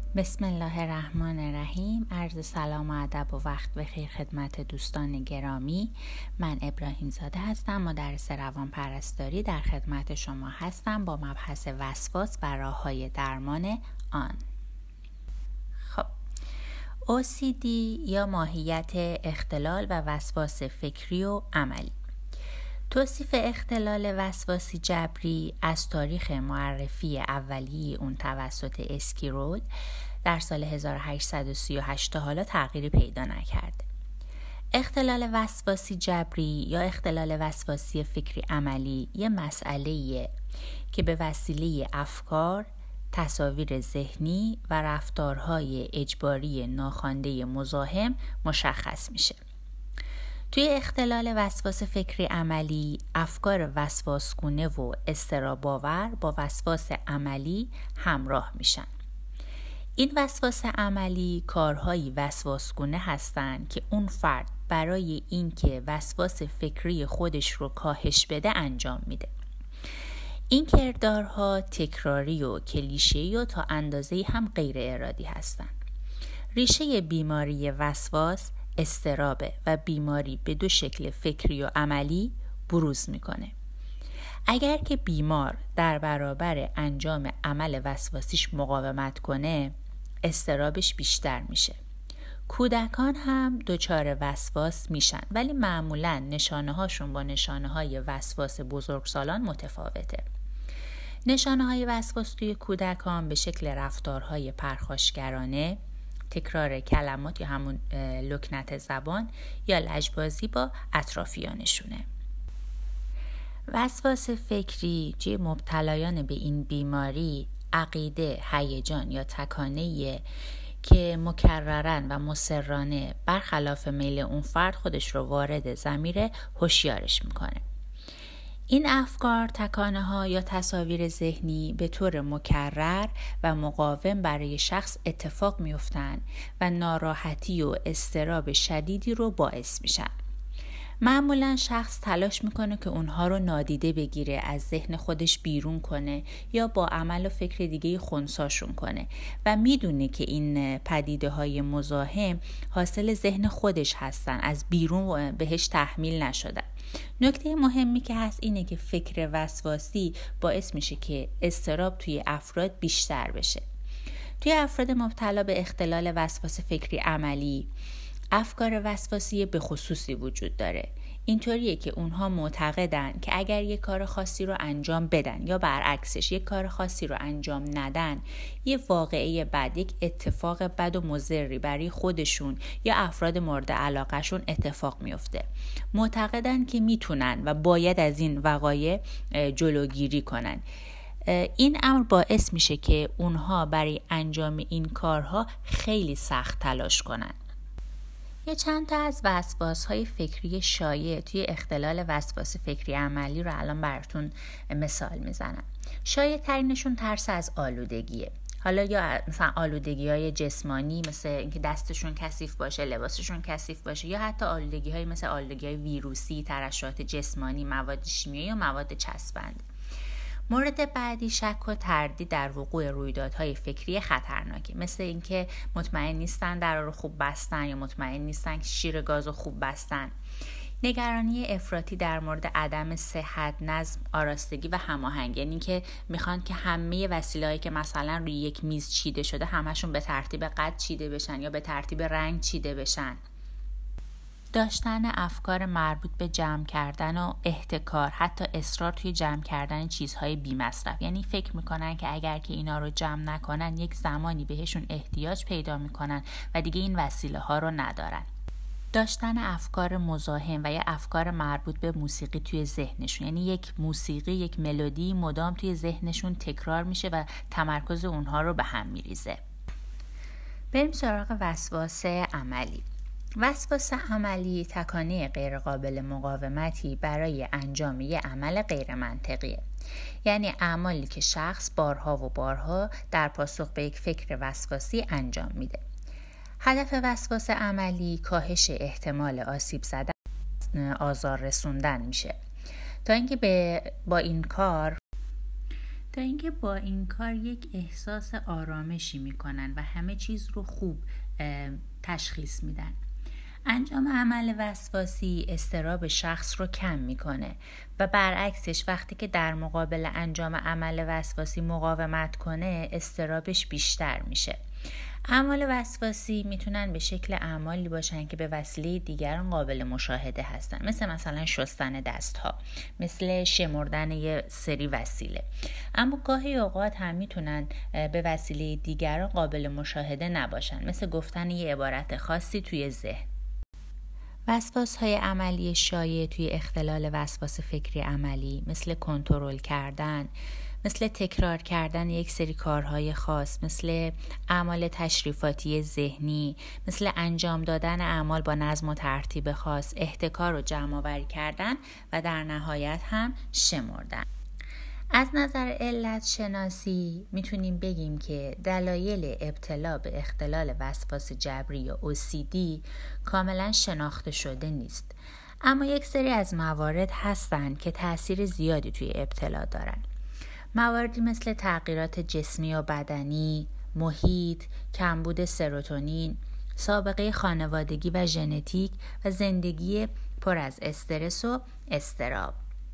بسم الله الرحمن الرحیم. عرض سلام و ادب و وقت بخیر خدمت دوستان گرامی. من ابراهیم زاده هستم، مدرس روانپرستاری در خدمت شما هستم با مبحث وسواس و راه‌های درمان آن. خب، OCD یا ماهیت اختلال و وسواس فکری و عملی. توصیف اختلال وسواسی جبری از تاریخ معرفی اولیه اون توسط اسکیرول در سال 1838 تا حالا تغییری پیدا نکرده. اختلال وسواسی جبری یا اختلال وسواسی فکری عملی یه مسئله‌ایه که به وسیله افکار، تصاویر ذهنی و رفتارهای اجباری ناخوانده مزاحم مشخص میشه. توی اختلال وسواس فکری عملی، افکار وسواسگونه و اضطراب‌آور با وسواس عملی همراه میشن. این وسواس عملی کارهایی وسواسگونه هستن که اون فرد برای اینکه وسواس فکری خودش رو کاهش بده انجام میده. این کردارها تکراری و کلیشه‌ای و تا اندازه‌ای هم غیر ارادی هستن. ریشه بیماری وسواس اضطرابه و بیماری به دو شکل فکری و عملی بروز میکنه. اگر که بیمار در برابر انجام عمل وسواسیش مقاومت کنه، اضطرابش بیشتر میشه. کودکان هم دچار وسواس میشن، ولی معمولاً نشانه هاشون با نشانه های وسواس بزرگسالان متفاوته. نشانه های وسواس توی کودکان به شکل رفتارهای پرخاشگرانه، تکرار کلمات یا همون لکنت زبان یا لجبازی با اطرافیانشونه. وسواس فکری جای مبتلایان به این بیماری عقیده، هیجان یا تکانه‌ایه که مکررن و مصرانه برخلاف میل اون فرد خودش رو وارد ضمیر هوشیارش میکنه. این افکار، تکانه‌ها یا تصاویر ذهنی به طور مکرر و مقاوم برای شخص اتفاق میفتن و ناراحتی و اضطراب شدیدی رو باعث میشن. معمولا شخص تلاش میکنه که اونها رو نادیده بگیره، از ذهن خودش بیرون کنه یا با عمل و فکر دیگه خنثیشون کنه و میدونه که این پدیده های مزاحم حاصل ذهن خودش هستن، از بیرون بهش تحمیل نشدن. نکته مهمی که هست اینه که فکر وسواسی باعث میشه که اضطراب توی افراد بیشتر بشه. توی افراد مبتلا به اختلال وسواس فکری عملی، افکار وسواسی به خصوصی وجود داره. اینطوریه که اونها معتقدن که اگر یک کار خاصی رو انجام بدن یا برعکسش یک کار خاصی رو انجام ندن، یه واقعه بد، یک اتفاق بد و مضری برای خودشون یا افراد مورد علاقهشون اتفاق میفته. معتقدن که میتونن و باید از این وقایع جلوگیری کنن. این امر باعث میشه که اونها برای انجام این کارها خیلی سخت تلاش کنن. یه چند تا از وسواس‌های فکری شایع توی اختلال وسواس فکری عملی رو الان براتون مثال میزنم. شایع ترینشون ترس از آلودگیه. حالا یا مثلا آلودگی‌های جسمانی مثل اینکه دستشون کثیف باشه، لباسشون کثیف باشه، یا حتی آلودگی‌های مثل آلودگی‌های ویروسی، ترشحات جسمانی، مواد شیمیایی یا مواد چسبنده. مورد بعدی شک و تردید در وقوع رویدادهای فکری خطرناکه، مثل اینکه مطمئن نیستن در رو خوب بستن یا مطمئن نیستن که شیر گاز رو خوب بستن. نگرانی افراطی در مورد عدم صحت، نظم، آراستگی و هماهنگی، یعنی که میخوان که همه وسیله‌ای که مثلا روی یک میز چیده شده همشون به ترتیب قد چیده بشن یا به ترتیب رنگ چیده بشن. داشتن افکار مربوط به جمع کردن و احتکار، حتی اصرار توی جمع کردن چیزهای بی‌مصرف، یعنی فکر میکنن که اگر که اینا رو جمع نکنن یک زمانی بهشون احتیاج پیدا میکنن و دیگه این وسیله ها رو ندارن. داشتن افکار مزاحم و یا افکار مربوط به موسیقی توی ذهنشون، یعنی یک موسیقی، یک ملودی مدام توی ذهنشون تکرار میشه و تمرکز اونها رو به هم میریزه. بریم سراغ وسواس عملی. وسواس عملی تکانه غیرقابل مقاومتی برای انجام یک عمل غیر منطقیه. یعنی اعمالی که شخص بارها و بارها در پاسخ به یک فکر وسواسی انجام میده. هدف وسواس عملی کاهش احتمال آسیب زدن، آزار رسوندن میشه تا اینکه با این کار تا اینکه با این کار یک احساس آرامشی میکنن و همه چیز رو خوب تشخیص میدن. انجام عمل وسواسی اضطراب شخص رو کم میکنه و برعکسش وقتی که در مقابل انجام عمل وسواسی مقاومت کنه اضطرابش بیشتر میشه. اعمال وسواسی میتونن به شکل اعمالی باشن که به وسیله دیگران قابل مشاهده هستن، مثلا شستن دستها، مثل شمردن یه سری وسیله. اما گاهی اوقات هم میتونن به وسیله دیگران قابل مشاهده نباشن، مثل گفتن یه عبارت خاصی توی ذهن. وسواس‌های عملی شایع توی اختلال وسواس فکری عملی مثل کنترل کردن، مثل تکرار کردن یک سری کارهای خاص، مثل اعمال تشریفاتی ذهنی، مثل انجام دادن اعمال با نظم و ترتیب خاص، احتکار و جمع‌آوری کردن و در نهایت هم شمردن. از نظر علت شناسی میتونیم بگیم که دلایل ابتلا به اختلال وسواس جبری یا OCD کاملا شناخته شده نیست، اما یک سری از موارد هستن که تأثیر زیادی توی ابتلا دارن. مواردی مثل تغییرات جسمی و بدنی، محیط، کمبود سروتونین، سابقه خانوادگی و ژنتیک و زندگی پر از استرس و اضطراب.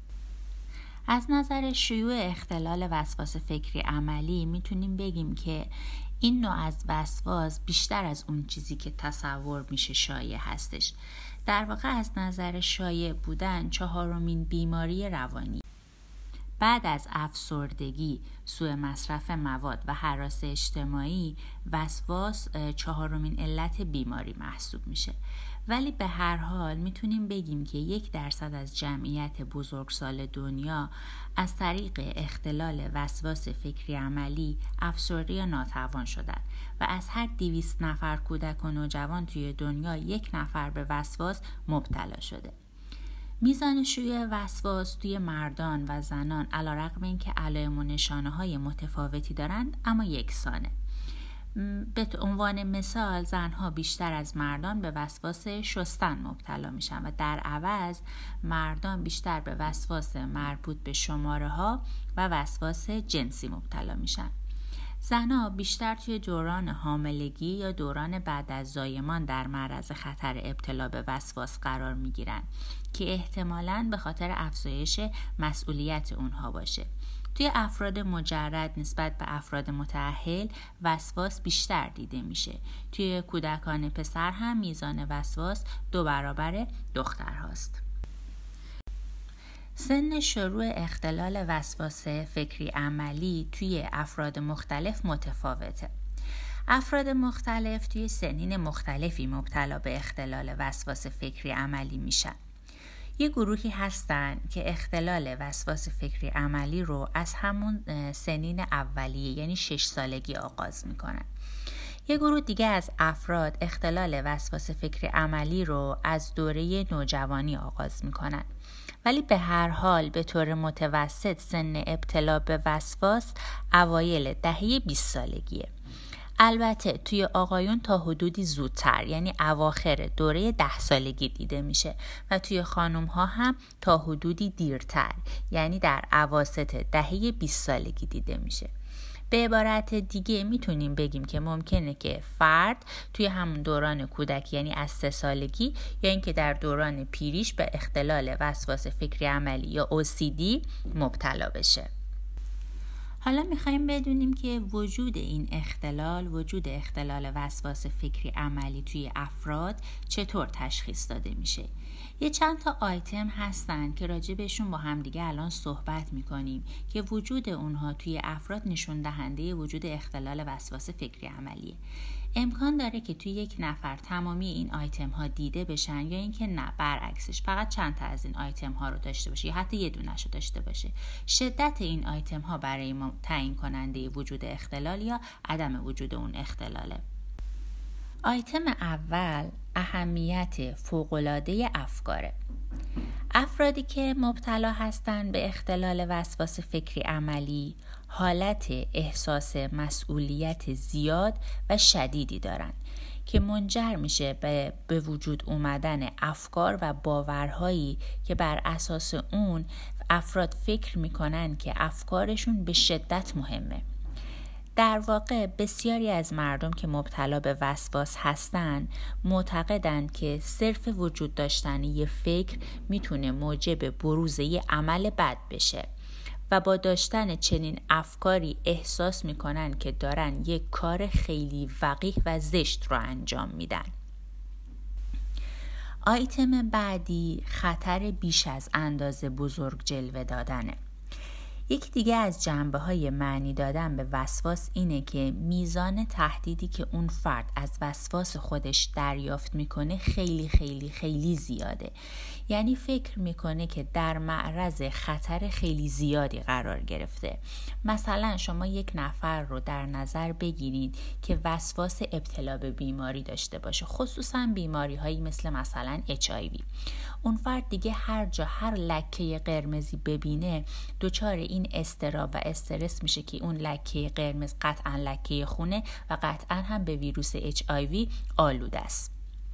از نظر شیوع اختلال وسواس فکری عملی میتونیم بگیم که این نوع از وسواس بیشتر از اون چیزی که تصور میشه شایع هستش. در واقع از نظر شایع بودن 4مین بیماری روانی. بعد از افسردگی، سوء مصرف مواد و هراس اجتماعی، وسواس 4مین علت بیماری محسوب میشه. ولی به هر حال میتونیم بگیم که 1% از جمعیت بزرگسال دنیا از طریق اختلال وسواس فکری عملی افسرده یا ناتوان شدن و از هر 200 نفر کودک و نوجوان توی دنیا 1 نفر به وسواس مبتلا شده. میزان شیوع وسواس توی مردان و زنان علیرغم اینکه علائم و نشانه‌های متفاوتی دارند اما یکسانه. به عنوان مثال زنها بیشتر از مردان به وسواس شستن مبتلا میشن و در عوض مردان بیشتر به وسواس مربوط به شماره ها و وسواس جنسی مبتلا میشن. زنها بیشتر توی دوران حاملگی یا دوران بعد از زایمان در معرض خطر ابتلا به وسواس قرار میگیرن که احتمالاً به خاطر افزایش مسئولیت اونها باشه. توی افراد مجرد نسبت به افراد متأهل وسواس بیشتر دیده میشه. توی کودکان پسر هم میزان وسواس 2 برابر دختر هاست. سن شروع اختلال وسواس فکری عملی توی افراد مختلف متفاوته. افراد مختلف توی سنین مختلفی مبتلا به اختلال وسواس فکری عملی میشن. یه گروهی هستن که اختلال وسواس فکری عملی رو از همون سنین اولیه یعنی 6 سالگی آغاز میکنن. یه گروه دیگه از افراد اختلال وسواس فکری عملی رو از دوره نوجوانی آغاز میکنن. ولی به هر حال به طور متوسط سن ابتلا به وسواس اوایل دهه 20 سالگیه. البته توی آقایون تا حدودی زودتر یعنی اواخر دوره 10 سالگی دیده میشه و توی خانم ها هم تا حدودی دیرتر یعنی در اواسط دهه 20 سالگی دیده میشه. به عبارت دیگه میتونیم بگیم که ممکنه که فرد توی همون دوران کودکی یعنی از 3 سالگی یا اینکه در دوران پیریش به اختلال وسواس فکری عملی یا OCD مبتلا بشه. حالا میخوایم بدونیم که وجود اختلال وسواس فکری عملی توی افراد چطور تشخیص داده میشه. یه چند تا آیتم هستن که راجع بهشون با هم دیگه الان صحبت میکنیم که وجود اونها توی افراد نشون دهنده وجود اختلال وسواس فکری عملیه. امکان داره که توی یک نفر تمامی این آیتم ها دیده بشن یا اینکه نه برعکسش فقط چند تا از این آیتم ها رو داشته باشه یا حتی یه دونه‌ش رو داشته باشه. شدت این آیتم ها برای ما تعیین کننده وجود اختلال یا عدم وجود اون اختلاله. آیتم اول اهمیت فوق‌العاده افکاره. افرادی که مبتلا هستند به اختلال وسواس فکری عملی حالت احساس مسئولیت زیاد و شدیدی دارند که منجر میشه به وجود اومدن افکار و باورهایی که بر اساس اون افراد فکر میکنن که افکارشون به شدت مهمه. در واقع بسیاری از مردم که مبتلا به وسواس هستن معتقدند که صرف وجود داشتن یه فکر میتونه موجب بروز یه عمل بد بشه و با داشتن چنین افکاری احساس میکنن که دارن یک کار خیلی وقیح و زشت رو انجام میدن. آیتم بعدی خطر بیش از اندازه بزرگ جلوه دادنه. یکی دیگه از جنبه‌های معنی دادن به وسواس اینه که میزان تهدیدی که اون فرد از وسواس خودش دریافت میکنه خیلی خیلی خیلی زیاده. یعنی فکر میکنه که در معرض خطر خیلی زیادی قرار گرفته. مثلا شما یک نفر رو در نظر بگیرید که وسواس ابتلا به بیماری داشته باشه، خصوصا بیماری هایی مثلا HIV. اون فرد دیگه هر جا هر لکه قرمزی ببینه دچار این اضطراب و استرس میشه که اون لکه قرمز قطعا لکه خونه و قطعا هم به ویروس HIV آلوده است.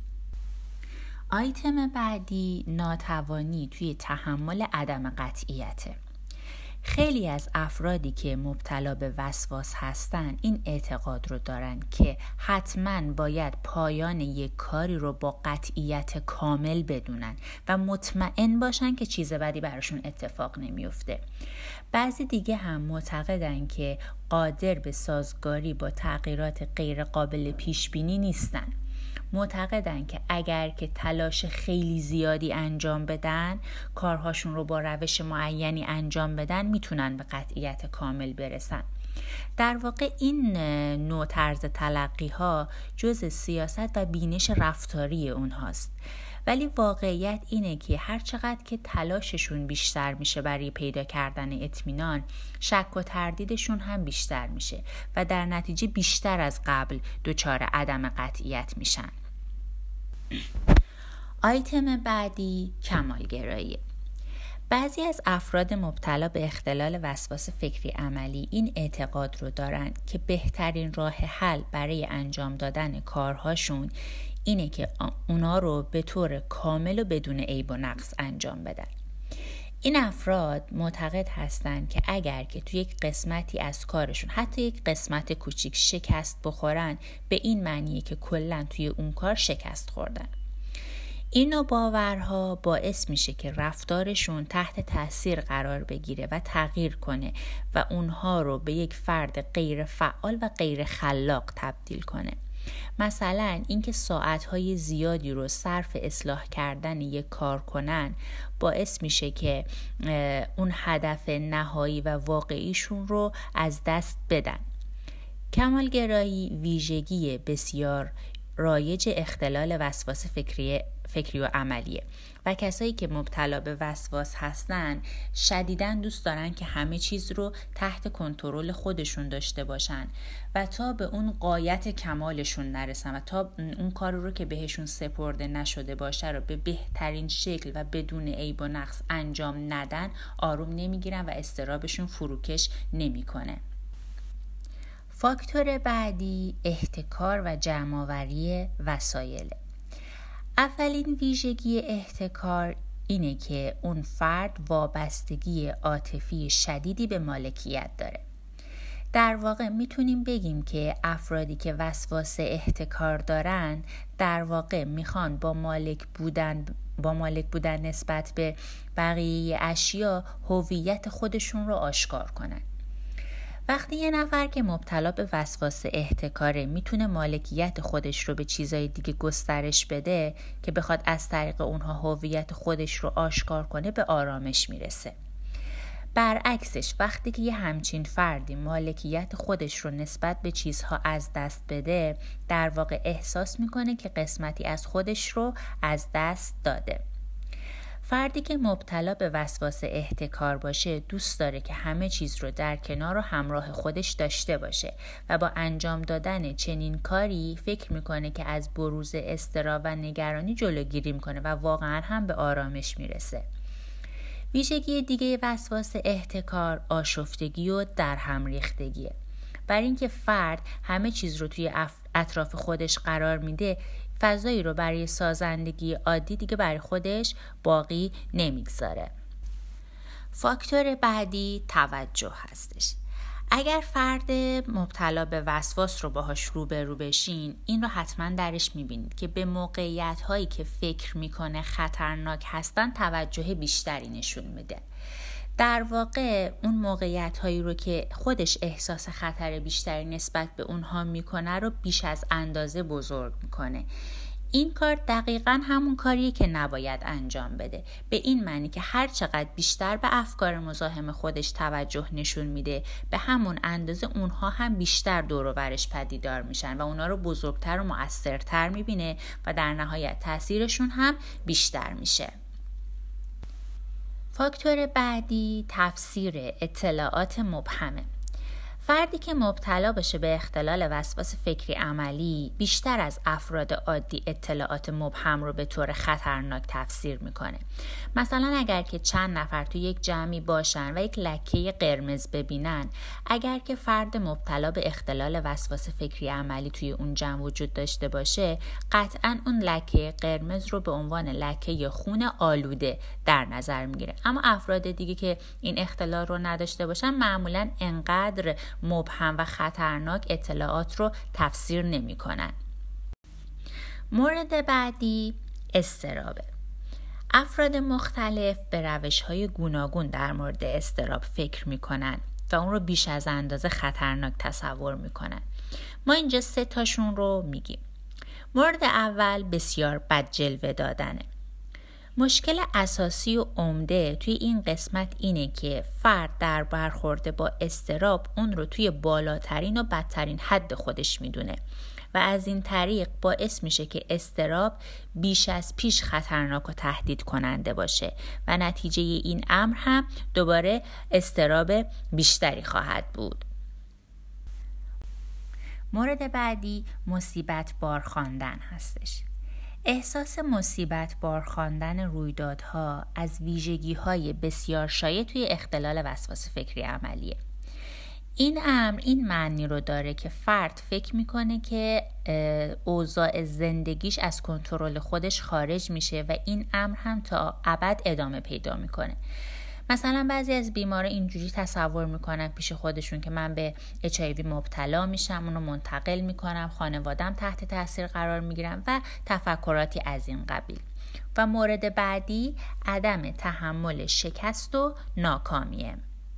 آیتم بعدی ناتوانی توی تحمل عدم قطعیته. خیلی از افرادی که مبتلا به وسواس هستن این اعتقاد رو دارن که حتما باید پایان یک کاری رو با قطعیت کامل بدونن و مطمئن باشن که چیز بدی براشون اتفاق نمیفته. بعضی دیگه هم معتقدن که قادر به سازگاری با تغییرات غیر قابل پیش بینی نیستن. معتقدن که اگر که تلاش خیلی زیادی انجام بدن، کارهاشون رو با روش معینی انجام بدن، میتونن به قطعیت کامل برسن. در واقع این نوع طرز تلقی ها جز سیاست و بینش رفتاری اونهاست. ولی واقعیت اینه که هر چقدر که تلاششون بیشتر میشه برای پیدا کردن اطمینان، شک و تردیدشون هم بیشتر میشه و در نتیجه بیشتر از قبل دچار عدم قطعیت میشن. آیتم بعدی کمالگرایی. بعضی از افراد مبتلا به اختلال وسواس فکری عملی این اعتقاد رو دارن که بهترین راه حل برای انجام دادن کارهاشون اینه که اونا رو به طور کامل و بدون عیب و نقص انجام بدن. این افراد معتقد هستند که اگر که توی یک قسمتی از کارشون حتی یک قسمت کوچیک شکست بخورن، به این معنیه که کلاً توی اون کار شکست خوردن. این نوع باورها باعث میشه که رفتارشون تحت تاثیر قرار بگیره و تغییر کنه و اونها رو به یک فرد غیر فعال و غیر خلاق تبدیل کنه. مثلا اینکه ساعتهای زیادی رو صرف اصلاح کردن یک کار کنن باعث میشه که اون هدف نهایی و واقعیشون رو از دست بدن. کمالگرایی ویژگی بسیار رایج اختلال وسواس فکری و عملیه و کسایی که مبتلا به وسواس هستن شدیداً دوست دارن که همه چیز رو تحت کنترل خودشون داشته باشن و تا به اون غایت کمالشون نرسن و تا اون کار رو که بهشون سپرده نشده باشه رو به بهترین شکل و بدون عیب و نقص انجام ندن آروم نمیگیرن و اضطرابشون فروکش نمیکنه. فاکتور بعدی احتکار و جمع‌آوری وسایله. اولین ویژگی احتکار اینه که اون فرد وابستگی عاطفی شدیدی به مالکیت داره. در واقع میتونیم بگیم که افرادی که وسواس احتکار دارن در واقع میخوان با مالک بودن نسبت به بقیه اشیا هویت خودشون رو آشکار کنن. وقتی یه نفر که مبتلا به وسواس احتکاره میتونه مالکیت خودش رو به چیزای دیگه گسترش بده که بخواد از طریق اونها هویت خودش رو آشکار کنه، به آرامش میرسه. برعکسش وقتی که یه همچین فردی مالکیت خودش رو نسبت به چیزها از دست بده، در واقع احساس میکنه که قسمتی از خودش رو از دست داده. فردی که مبتلا به وسواس احتکار باشه دوست داره که همه چیز رو در کنار و همراه خودش داشته باشه و با انجام دادن چنین کاری فکر میکنه که از بروز اضطراب و نگرانی جلوگیری میکنه و واقعا هم به آرامش میرسه. ویژگی دیگه وسواس احتکار آشفتگی و در هم ریختگیه. برای اینکه فرد همه چیز رو توی اطراف خودش قرار میده، فضایی رو برای سازندگی عادی دیگه برای خودش باقی نمیگذاره. فاکتور بعدی توجه هستش. اگر فرد مبتلا به وسواس رو باهاش روبرو بشین، این رو حتما درش میبینید که به موقعیت هایی که فکر میکنه خطرناک هستن توجه بیشتری نشون میده. در واقع اون موقعیت هایی رو که خودش احساس خطر بیشتری نسبت به اونها میکنه رو بیش از اندازه بزرگ میکنه. این کار دقیقاً همون کاریه که نباید انجام بده، به این معنی که هر چقدر بیشتر به افکار مزاحم خودش توجه نشون میده، به همون اندازه اونها هم بیشتر دور و برش پدیدار میشن و اونها رو بزرگتر و مؤثرتر میبینه و در نهایت تاثیرشون هم بیشتر میشه. فاکتور بعدی تفسیر اطلاعات مبهمه. فردی که مبتلا بشه به اختلال وسواس فکری عملی بیشتر از افراد عادی اطلاعات مبهم رو به طور خطرناک تفسیر میکنه. مثلا اگر که چند نفر تو یک جمعی باشن و یک لکه قرمز ببینن، اگر که فرد مبتلا به اختلال وسواس فکری عملی توی اون جمع وجود داشته باشه، قطعاً اون لکه قرمز رو به عنوان لکه خون آلوده در نظر میگیره. اما افراد دیگه که این اختلال رو نداشته باشن معمولاً انقدر مبهم و خطرناک اطلاعات رو تفسیر نمی کنن. مورد بعدی اضطرابه. افراد مختلف به روش‌های گوناگون در مورد اضطراب فکر می کنن و اون رو بیش از اندازه خطرناک تصور می کنن. ما اینجا 3 تاشون رو میگیم. مورد اول بسیار بد جلوه دادنه. مشکل اساسی و عمده توی این قسمت اینه که فرد در برخورد با اضطراب اون رو توی بالاترین و بدترین حد خودش میدونه و از این طریق باعث میشه که اضطراب بیش از پیش خطرناک و تهدید کننده باشه و نتیجه این امر هم دوباره اضطراب بیشتری خواهد بود. مورد بعدی مصیبت بار خواندن هستش. احساس مصیبت بار خواندن رویدادها از ویژگی‌های بسیار شایع توی اختلال وسواس فکری عملیه. این امر این معنی رو داره که فرد فکر میکنه که اوضاع زندگیش از کنترل خودش خارج میشه و این امر هم تا ابد ادامه پیدا میکنه. مثلا بعضی از بیمارا اینجوری تصور میکنن پیش خودشون که من به HIV مبتلا میشم، اونو منتقل میکنم، خانوادم تحت تاثیر قرار میگیرم و تفکراتی از این قبیل. و مورد بعدی عدم تحمل شکست و ناکامیه.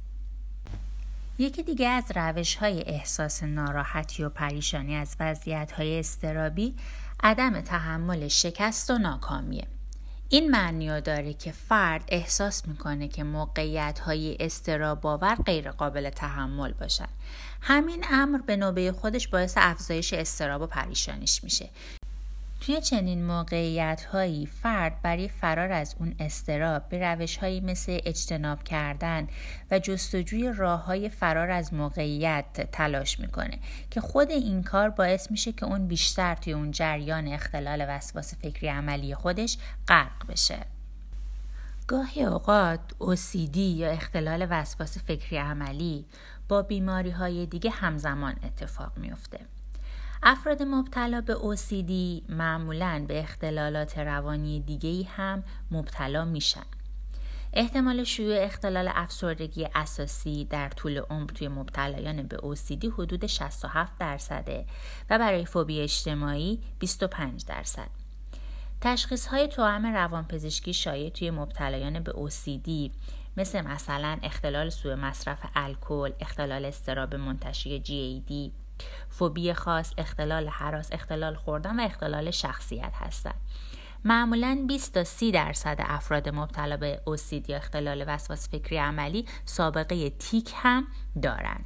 یکی دیگه از روش‌های احساس ناراحتی و پریشانی از وضعیت‌های اضطرابی عدم تحمل شکست و ناکامیه. این معنی داره که فرد احساس میکنه که موقعیت‌های اضطراب‌آور غیر قابل تحمل باشن. همین امر به نوبه خودش باعث افزایش اضطراب و پریشانیش میشه. توی چنین موقعیت‌هایی فرد برای فرار از اون اضطراب به روش‌هایی مثل اجتناب کردن و جستجوی راه‌های فرار از موقعیت تلاش میکنه که خود این کار باعث میشه که اون بیشتر توی اون جریان اختلال وسواس فکری عملی خودش غرق بشه. گاهی اوقات OCD یا اختلال وسواس فکری عملی با بیماری‌های دیگه همزمان اتفاق میفته. افراد مبتلا به OCD معمولاً به اختلالات روانی دیگه‌ای هم مبتلا میشن. احتمال شیوع اختلال افسردگی اساسی در طول عمر توی مبتلایان به OCD حدود 67% و برای فوبی اجتماعی 25%. تشخیص‌های توأم روانپزشکی شایع توی مبتلایان به OCD مثلا اختلال سوء مصرف الکل، اختلال اضطراب منتشی GAD، فوبی خاص، اختلال هراس، اختلال خوردن و اختلال شخصیت هستند. معمولاً 20 تا 30% افراد مبتلا به OCD یا اختلال وسواس فکری عملی سابقه تیک هم دارن.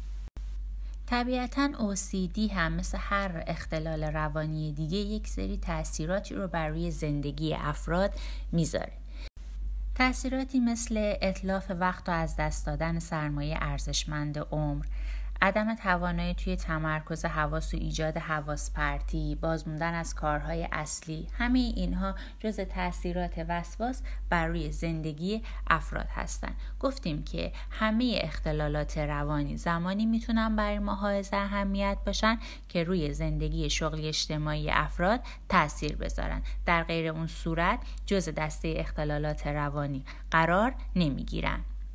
طبیعتاً OCD هم مثل هر اختلال روانی دیگه یک سری تأثیراتی رو بر روی زندگی افراد میذاره. تأثیراتی مثل اتلاف وقت و از دست دادن سرمایه ارزشمند عمر، عدم توانایی توی تمرکز حواس و ایجاد حواس پرتی، بازموندن از کارهای اصلی، همه اینها جز تأثیرات وسواس بر روی زندگی افراد هستن. گفتیم که همه اختلالات روانی زمانی میتونن برای ما حائز اهمیت باشن که روی زندگی شغلی اجتماعی افراد تأثیر بذارن. در غیر اون صورت جز دسته اختلالات روانی قرار نمیگیرن.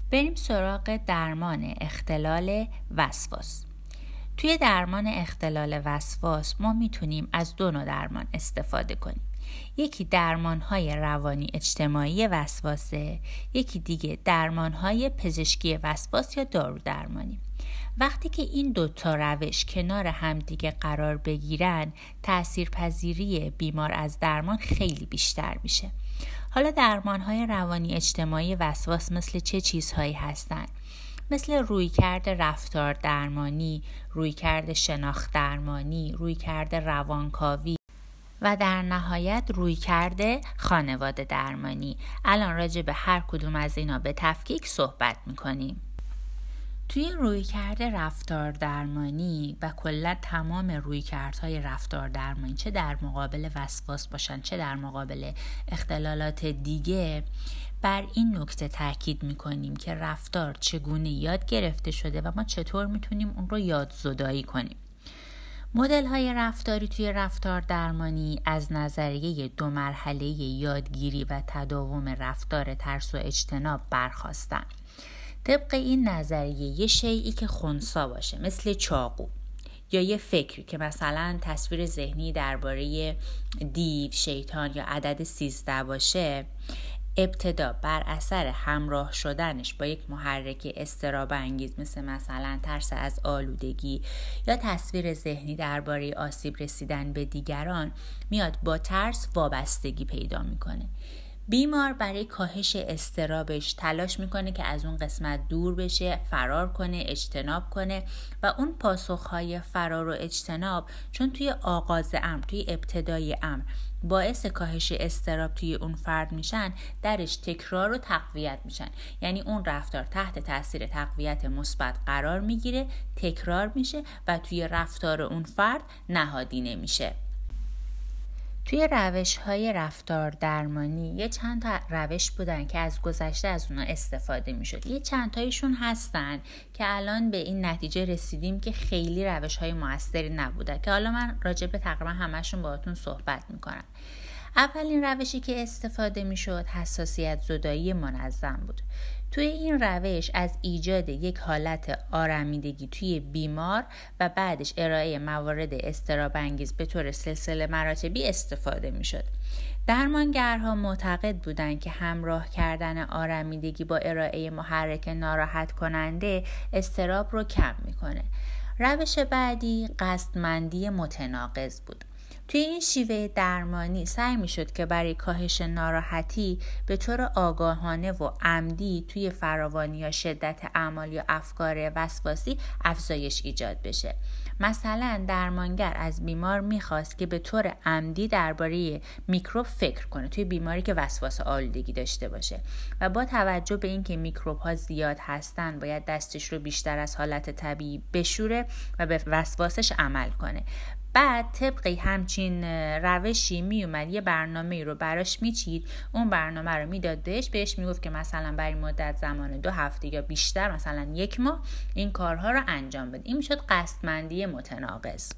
بریم سراغ درمان اختلال وسواس. توی درمان اختلال وسواس ما میتونیم از 2 نوع درمان استفاده کنیم. یکی درمان‌های روانی اجتماعی وسواسه، یکی دیگه درمان‌های پزشکی وسواس یا دارو درمانی. وقتی که این 2 تا روش کنار همدیگه قرار بگیرن، تاثیرپذیری بیمار از درمان خیلی بیشتر میشه. حالا درمان‌های روانی اجتماعی وسواس مثل چه چیزهایی هستن؟ مثل رویکرد رفتار درمانی، رویکرد شناخت درمانی، رویکرد روانکاوی و در نهایت رویکرد خانواده درمانی. الان راجع به هر کدوم از اینا به تفکیک صحبت میکنیم. توی رویکرد رفتار درمانی و کلا تمام رویکردهای رفتار درمانی، چه در مقابل وسواس باشن چه در مقابل اختلالات دیگه، بر این نکته تاکید میکنیم که رفتار چگونه یاد گرفته شده و ما چطور میتونیم اون رو یادزدایی کنیم. مدل‌های رفتاری توی رفتار درمانی از نظریه 2 مرحله یادگیری و تداوم رفتار ترس و اجتناب برخاستن. طبق این نظریه یه شیئی که خنثی باشه مثل چاقو، یا یه فکری که مثلا تصویر ذهنی درباره دیو، شیطان یا عدد 13 باشه، ابتدا بر اثر همراه شدنش با یک محرک اضطراب انگیز مثلا ترس از آلودگی یا تصویر ذهنی درباره آسیب رسیدن به دیگران، میاد با ترس وابستگی پیدا میکنه. بیمار برای کاهش اضطرابش تلاش میکنه که از اون قسمت دور بشه، فرار کنه، اجتناب کنه و اون پاسخهای فرار و اجتناب چون توی آغاز امر، توی ابتدای امر باعث کاهش اضطراب توی اون فرد میشن، درش تکرار و تقویت میشن. یعنی اون رفتار تحت تاثیر تقویت مثبت قرار میگیره، تکرار میشه و توی رفتار اون فرد نهادی نمیشه. توی روش‌های رفتار درمانی یه چند تا روش بودن که از گذشته از اونا استفاده می‌شد. یه چند تایشون هستن که الان به این نتیجه رسیدیم که خیلی روش‌های موثری نبوده که حالا من راجع به تقریبا همشون باهاتون صحبت می‌کنم. اولین روشی که استفاده می‌شد حساسیت زدایی منظم بود. توی این روش از ایجاد یک حالت آرمیدگی توی بیمار و بعدش ارائه موارد اضطراب انگیز به طور سلسله مراتبی استفاده می شد. درمانگرها معتقد بودند که همراه کردن آرمیدگی با ارائه محرک ناراحت کننده اضطراب رو کم میکنه. روش بعدی قصدمندی متناقض بود. توی این شیوه درمانی سعی می شد که برای کاهش ناراحتی به طور آگاهانه و عمدی توی فراوانی یا شدت اعمال یا افکار وسواسی افزایش ایجاد بشه. مثلا درمانگر از بیمار میخواست که به طور عمدی درباره میکروب فکر کنه توی بیماری که وسواس آلودگی داشته باشه و با توجه به اینکه میکروب ها زیاد هستن باید دستش رو بیشتر از حالت طبیعی بشوره و به وسواسش عمل کنه. بعد طبقی همچین روشی می اومد یه برنامه رو براش میچید، اون برنامه رو میداد بهش میگفت که مثلا برای مدت زمان 2 هفته یا بیشتر مثلا 1 ماه این کارها رو انجام بده. این میشد قصدمندی متناقض.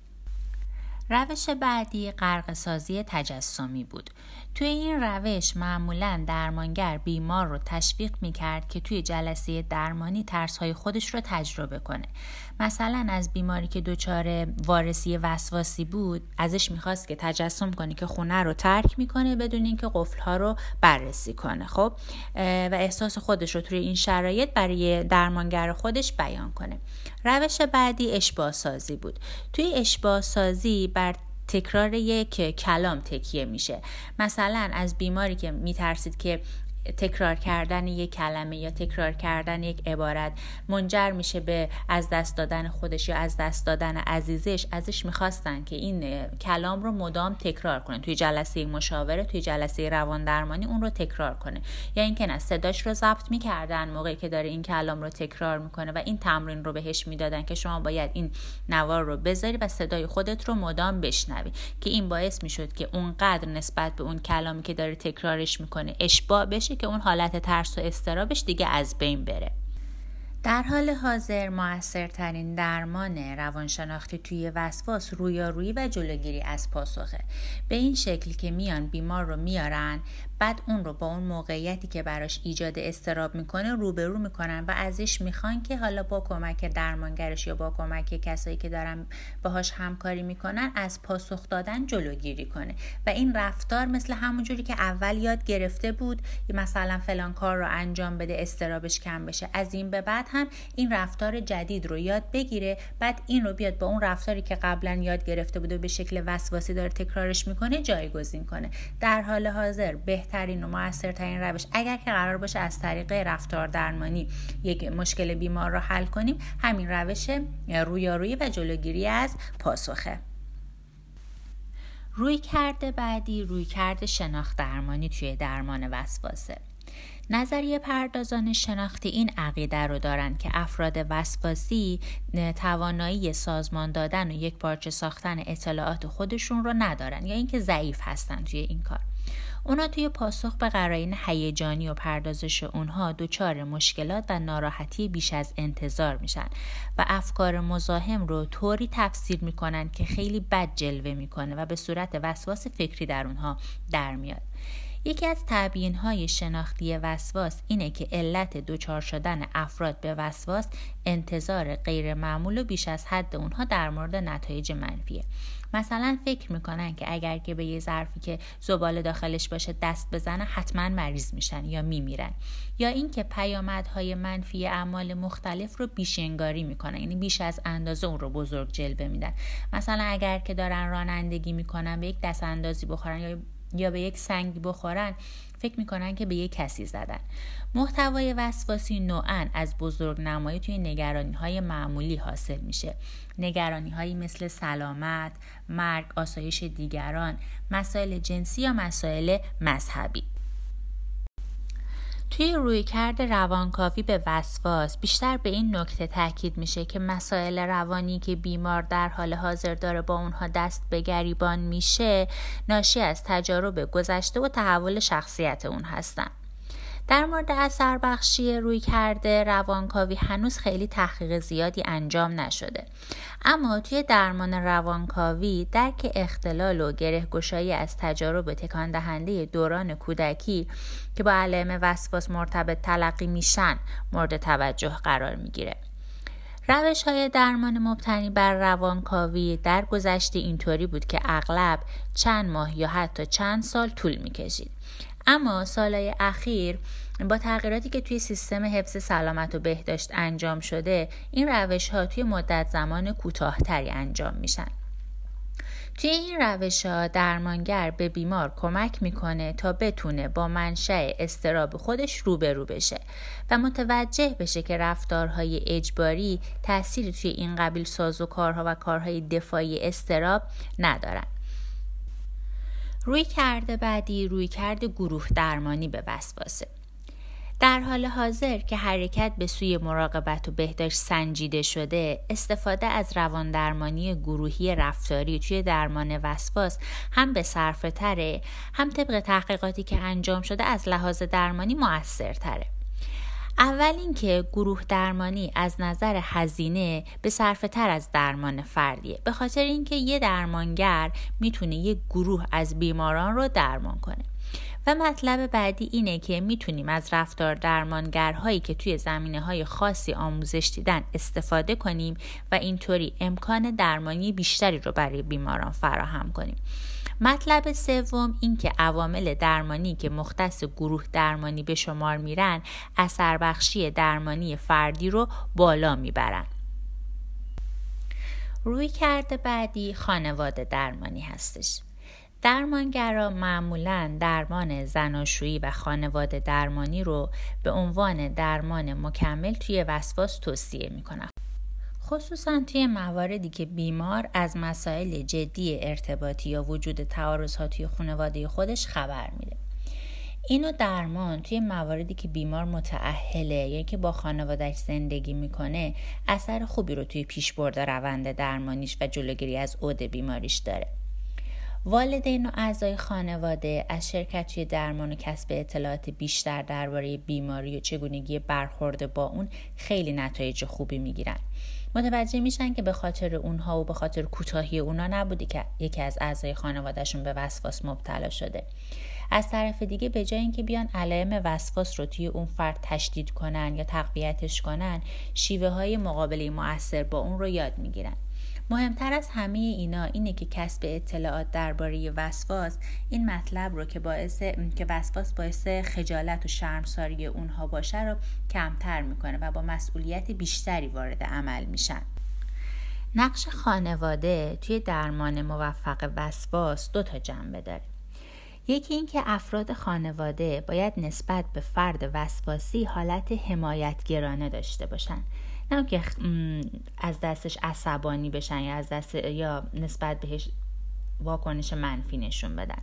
روش بعدی غرق سازی تجسمی بود. توی این روش معمولاً درمانگر بیمار رو تشویق می‌کرد که توی جلسه درمانی ترس‌های خودش رو تجربه کنه. مثلا از بیماری که دچار وارسی وسواسی بود ازش می‌خواست که تجسم کنه که خونه رو ترک می‌کنه بدون اینکه قفل‌ها رو بررسی کنه. خب و احساس خودش رو توی این شرایط برای درمانگر خودش بیان کنه. روش بعدی اشباع سازی بود. توی اشباع سازی بر تکرار یک کلام تکیه میشه. مثلا از بیماری که میترسید که تکرار کردن یک کلمه یا تکرار کردن یک عبارت منجر میشه به از دست دادن خودش یا از دست دادن عزیزش، ازش میخواستن که این کلام رو مدام تکرار کنه. توی جلسه مشاوره، توی جلسه روان درمانی اون رو تکرار کنه. یا اینکه نه، صداش رو ضبط میکردن موقعی که داره این کلام رو تکرار میکنه و این تمرین رو بهش میدادن که شما باید این نوار رو بذاری و صدای خودت رو مدام بشنوی، که این باعث میشد که اونقدر نسبت به اون کلامی که داره تکرارش میکنه اشباع بشه که اون حالت ترس و اضطرابش دیگه از بین بره. در حال حاضر مؤثرترین درمان روانشناختی توی وسواس رویارویی و جلوگیری از پاسخه. به این شکل که میان بیمار رو میارن، بعد اون رو با اون موقعیتی که براش ایجاد اضطراب میکنه روبرو میکنن و ازش میخوان که حالا با کمک درمانگرش یا با کمک کسایی که دارن باهاش همکاری میکنن از پاسخ دادن جلوگیری کنه و این رفتار مثل همونجوری که اول یاد گرفته بود مثلا فلان کار رو انجام بده اضطرابش کم بشه، از این به بعد هم این رفتار جدید رو یاد بگیره، بعد این رو بیاد با اون رفتاری که قبلا یاد گرفته بود و به شکل وسواسی داره تکرارش میکنه جایگزین کنه. در حال حاضر بهترین و موثرترین روش اگر که قرار باشه از طریق رفتار درمانی یک مشکل بیمار رو حل کنیم همین روش رویارویی و جلوگیری از پاسخه. رویکرد بعدی رویکرد شناخت درمانی توی درمان وسواسه. نظریه پردازان شناختی این عقیده رو دارن که افراد وسواسی توانایی سازمان دادن و یک پارچه ساختن اطلاعات خودشون رو ندارن یا اینکه ضعیف هستن توی این کار. اونا توی پاسخ به قرائن هیجانی و پردازش اونها دچار مشکلات و ناراحتی بیش از انتظار میشن و افکار مزاحم رو طوری تفسیر میکنن که خیلی بد جلوه میکنه و به صورت وسواس فکری در اونها در میاد. یکی از تبیین‌های شناختی وسواس اینه که علت دچار شدن افراد به وسواس انتظار غیر معمول و بیش از حد اونها در مورد نتایج منفیه. مثلا فکر میکنن که اگر که به یه ظرفی که زباله داخلش باشه دست بزنن حتما مریض میشن یا میمیرن، یا اینکه پیامدهای منفی اعمال مختلف رو بیش انگاری میکنن، یعنی بیش از اندازه اون رو بزرگ جلوه میدن. مثلا اگر که دارن رانندگی میکنن به یک دست اندازی بخورن یا به یک سنگ بخورن فکر میکنن که به یک کسی زدن. محتوای وسواسی نوعاً از بزرگ نمایی توی نگرانی‌های معمولی حاصل میشه. نگرانی‌هایی مثل سلامت، مرگ، آسایش دیگران، مسائل جنسی یا مسائل مذهبی. توی رویکرد روانکاوی به وسواس بیشتر به این نکته تاکید میشه که مسائل روانی که بیمار در حال حاضر داره با اونها دست به گریبان میشه ناشی از تجارب گذشته و تحول شخصیت اون هستن. در مورد اثر بخشی رویکرد روانکاوی هنوز خیلی تحقیق زیادی انجام نشده، اما توی درمان روانکاوی درک اختلال و گره‌گشایی از تجارب تکان دهنده دوران کودکی که با علائم وسواس مرتبط تلقی میشن مورد توجه قرار میگیره. روش‌های درمان مبتنی بر روانکاوی در گذشته اینطوری بود که اغلب چند ماه یا حتی چند سال طول می‌کشید، اما سالهای اخیر با تغییراتی که توی سیستم حفظ سلامت و بهداشت انجام شده این روش‌ها توی مدت زمان کوتاه‌تری انجام میشن. توی این روش‌ها درمانگر به بیمار کمک میکنه تا بتونه با منشأ اضطراب خودش روبرو بشه و متوجه بشه که رفتارهای اجباری تأثیری توی این قبیل سازوکارها و کارهای دفاعی اضطراب ندارن. رویکرد بعدی رویکرد گروه درمانی به وسواسه. در حال حاضر که حرکت به سوی مراقبت و بهداشت سنجیده شده، استفاده از روان درمانی گروهی رفتاری توی درمان وسواس هم به صرفه تره، هم طبق تحقیقاتی که انجام شده از لحاظ درمانی مؤثرتره. اول اینکه گروه درمانی از نظر هزینه به صرفه تر از درمان فردیه، به خاطر اینکه یه درمانگر میتونه یک گروه از بیماران رو درمان کنه. و مطلب بعدی اینه که میتونیم از رفتار درمانگرهایی که توی زمینه‌های خاصی آموزش دیدن استفاده کنیم و اینطوری امکان درمانی بیشتری رو برای بیماران فراهم کنیم. مطلب سوم این که عوامل درمانی که مختص گروه درمانی به شمار میرن اثر بخشی درمانی فردی رو بالا میبرن. رویکرد بعدی خانواده درمانی هستش. درمانگران معمولاً درمان زناشویی و خانواده درمانی رو به عنوان درمان مکمل توی وسواس توصیه میکنن، خصوصاً توی مواردی که بیمار از مسائل جدی ارتباطی یا وجود تعارض‌ها توی خانواده خودش خبر میده. اینو درمان توی مواردی که بیمار متأهله یعنی که با خانواده‌اش زندگی میکنه اثر خوبی رو توی پیشبرد روند درمانیش و جلوگیری از عود بیماریش داره. والدین و اعضای خانواده از شرکت توی درمان و کسب اطلاعات بیشتر درباره بیماری و چگونگی برخورد با اون خیلی نتایج خوبی میگیرن. متوجه میشن که به خاطر اونها و به خاطر کوتاهی اونها نبوده که یکی از اعضای خانوادهشون به وسواس مبتلا شده. از طرف دیگه به جای اینکه بیان علائم وسواس رو توی اون فرد تشدید کنن یا تقویتش کنن، شیوه های مقابله مؤثر با اون رو یاد میگیرن. مهمتر از همه اینا اینه که کسب اطلاعات درباره وسواس این مطلب رو که وسواس باعث خجالت و شرمساری اونها باشه رو کمتر میکنه و با مسئولیت بیشتری وارد عمل میشن. نقش خانواده توی درمان موفق وسواس 2 جنبه داره. یکی این که افراد خانواده باید نسبت به فرد وسواسی حالت حمایتگرانه داشته باشن، نه که از دستش عصبانی بشن یا نسبت بهش واکنش منفی نشون بدن.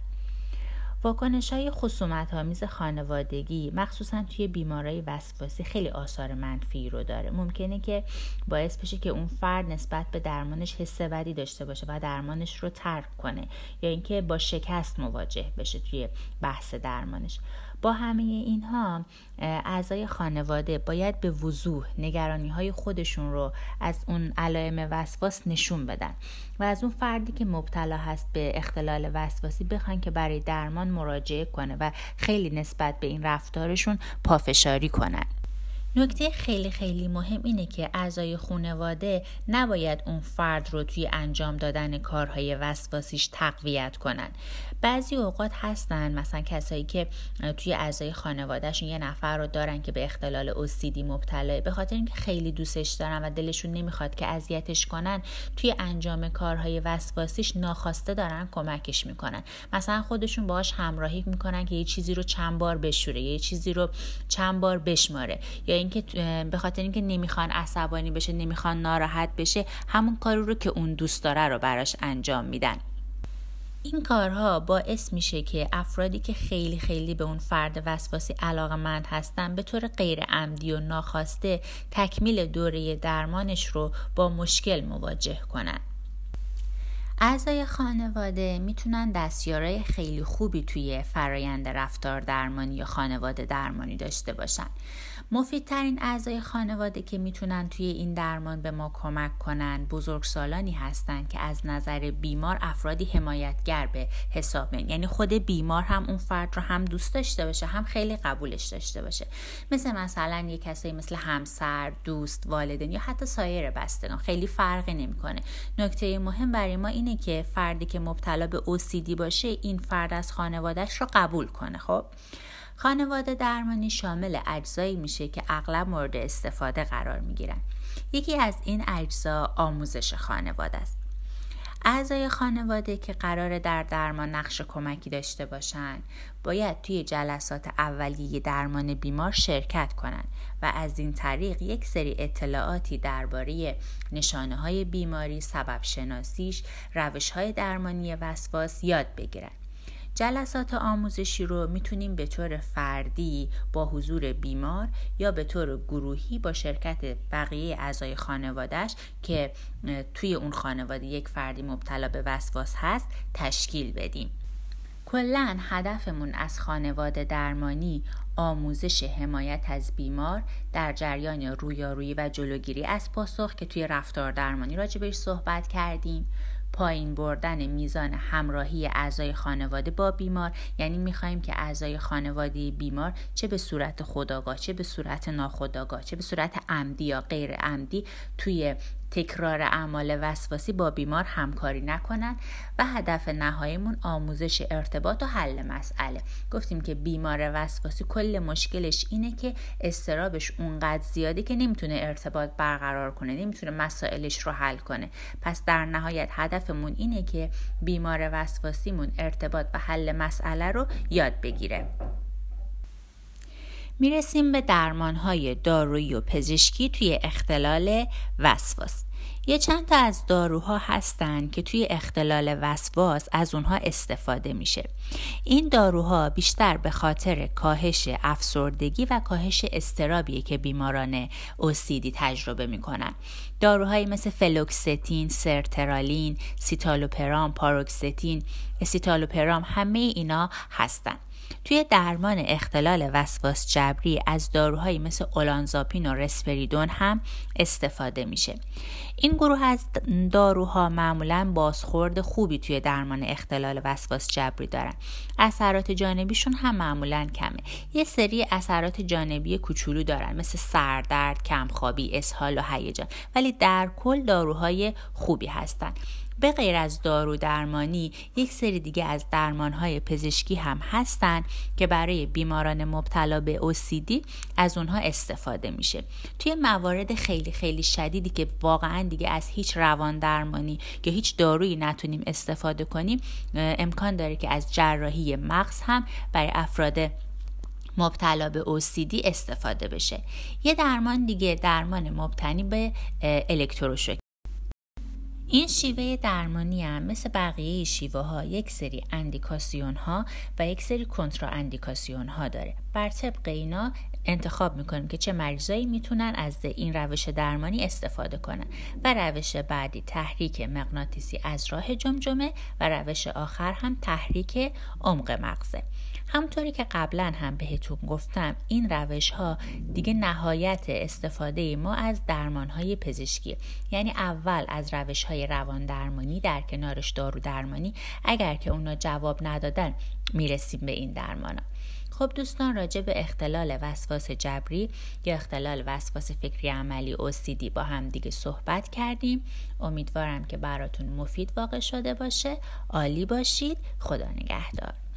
واکنش‌های خصومت‌آمیز خانوادگی مخصوصا توی بیمارای وسواسی خیلی آثار منفی رو داره. ممکنه که باعث بشه که اون فرد نسبت به درمانش حس بدی داشته باشه و درمانش رو ترک کنه یا اینکه با شکست مواجه بشه توی بحث درمانش. با همه اینها اعضای خانواده باید به وضوح نگرانی‌های خودشون رو از اون علائم وسواس نشون بدن و از اون فردی که مبتلا هست به اختلال وسواسی بخوان که برای درمان مراجعه کنه و خیلی نسبت به این رفتارشون پافشاری کنن. نکته خیلی خیلی مهم اینه که اعضای خانواده نباید اون فرد رو توی انجام دادن کارهای وسواسیش تقویت کنن. بعضی اوقات هستن مثلا کسایی که توی اعضای خانوادهشون یه نفر رو دارن که به اختلال OCD مبتلاه، به خاطر اینکه خیلی دوستش دارن و دلشون نمیخواد که اذیتش کنن توی انجام کارهای وسواسیش ناخواسته دارن کمکش میکنن. مثلا خودشون باهاش همراهی میکنن که یه چیزی رو چند بار بشوره، یه چیزی رو چند بار بشماره، یا اینکه به خاطر اینکه نمیخوان عصبانی بشه، نمیخوان ناراحت بشه، همون کاری رو که اون دوست داره رو براش انجام میدن. این کارها باعث میشه که افرادی که خیلی خیلی به اون فرد وسواسی علاقه‌مند هستن به طور غیر عمدی و ناخواسته تکمیل دوره درمانش رو با مشکل مواجه کنن. اعضای خانواده میتونن دستیارای خیلی خوبی توی فرایند رفتار درمانی یا خانواده درمانی داشته باشن. مفیدترین اعضای خانواده که میتونن توی این درمان به ما کمک کنن بزرگسالانی هستن که از نظر بیمار افرادی حمایتگر به حساب میان. یعنی خود بیمار هم اون فرد رو هم دوست داشته باشه، هم خیلی قبولش داشته باشه. مثلا یه کسایی مثل همسر، دوست، والدین یا حتی سایر بستگان، خیلی فرقی نمیکنه. نکته مهم برای ما اینه که فردی که مبتلا به OCD باشه این فرد از خانوادهش رو قبول کنه. خب خانواده درمانی شامل اجزایی میشه که اغلب مورد استفاده قرار میگیرن. یکی از این اجزا آموزش خانواده است. اعضای خانواده که قراره در درمان نقش کمکی داشته باشن باید توی جلسات اولیه درمان بیمار شرکت کنن و از این طریق یک سری اطلاعاتی درباره نشانه‌های بیماری، سبب شناسیش، روش‌های درمانی وسواس یاد بگیرن. جلسات آموزشی رو میتونیم به طور فردی با حضور بیمار یا به طور گروهی با شرکت بقیه اعضای خانواده‌اش که توی اون خانواده یک فردی مبتلا به وسواس هست تشکیل بدیم. کلاً هدفمون از خانواده درمانی آموزش حمایت از بیمار در جریان رویارویی و جلوگیری از پاسخ که توی رفتار درمانی راجع بهش صحبت کردیم، پایین بردن میزان همراهی اعضای خانواده با بیمار، یعنی میخوایم که اعضای خانواده بیمار چه به صورت خودآگاه، چه به صورت ناخودآگاه، چه به صورت عمدی یا غیر عمدی توی تکرار اعمال وسواسی با بیمار همکاری نکنن و هدف نهاییمون آموزش ارتباط و حل مسئله. گفتیم که بیمار وسواسی کل مشکلش اینه که اضطرابش اونقدر زیاده که نمیتونه ارتباط برقرار کنه، نمیتونه مسائلش رو حل کنه. پس در نهایت هدفمون اینه که بیمار وسواسیمون ارتباط و حل مسئله رو یاد بگیره. میرسیم به درمان‌های دارویی و پزشکی توی اختلال وسواس. یه چند تا از داروها هستن که توی اختلال وسواس از اونها استفاده میشه. این داروها بیشتر به خاطر کاهش افسردگی و کاهش اضطرابیه که بیماران OCD تجربه میکنن. داروهایی مثل فلوکستین، سرترالین، سیتالوپرام، پاروکستین، اسیتالوپرام، همه اینا هستن. توی درمان اختلال وسواس جبری از داروهایی مثل اولانزاپین و رسپریدون هم استفاده میشه. این گروه از داروها معمولاً بازخورد خوبی توی درمان اختلال وسواس جبری دارن. اثرات جانبیشون هم معمولاً کمه. یه سری اثرات جانبی کوچولو دارن مثل سردرد، کمخوابی، اسهال و هیجان، ولی در کل داروهای خوبی هستن. به غیر از دارو درمانی یک سری دیگه از درمانهای پزشکی هم هستن که برای بیماران مبتلا به OCD از اونها استفاده میشه. توی موارد خیلی خیلی شدیدی که واقعا دیگه از هیچ روان درمانی که هیچ دارویی نتونیم استفاده کنیم، امکان داره که از جراحی مغز هم برای افراد مبتلا به OCD استفاده بشه. یه درمان دیگه درمان مبتنی به الکتروشوک. این شیوه درمانی هم مثل بقیه شیوه ها یک سری اندیکاسیون ها و یک سری کنترا اندیکاسیون ها داره. بر طبق اینا انتخاب میکنیم که چه مریضایی میتونن از این روش درمانی استفاده کنن و روش بعدی تحریک مغناطیسی از راه جمجمه و روش آخر هم تحریک عمق مغزه. همونطوری که قبلا هم بهتون گفتم این روش ها دیگه نهایت استفاده ما از درمان های پزشکی، یعنی اول از روش های روان درمانی در کنارش دارو درمانی، اگر که اونا جواب ندادن میرسیم به این درمان ها. خب دوستان، راجع به اختلال وسواس جبری یا اختلال وسواس فکری عملی OCD با هم دیگه صحبت کردیم. امیدوارم که براتون مفید واقع شده باشه. عالی باشید. خدا نگهدار.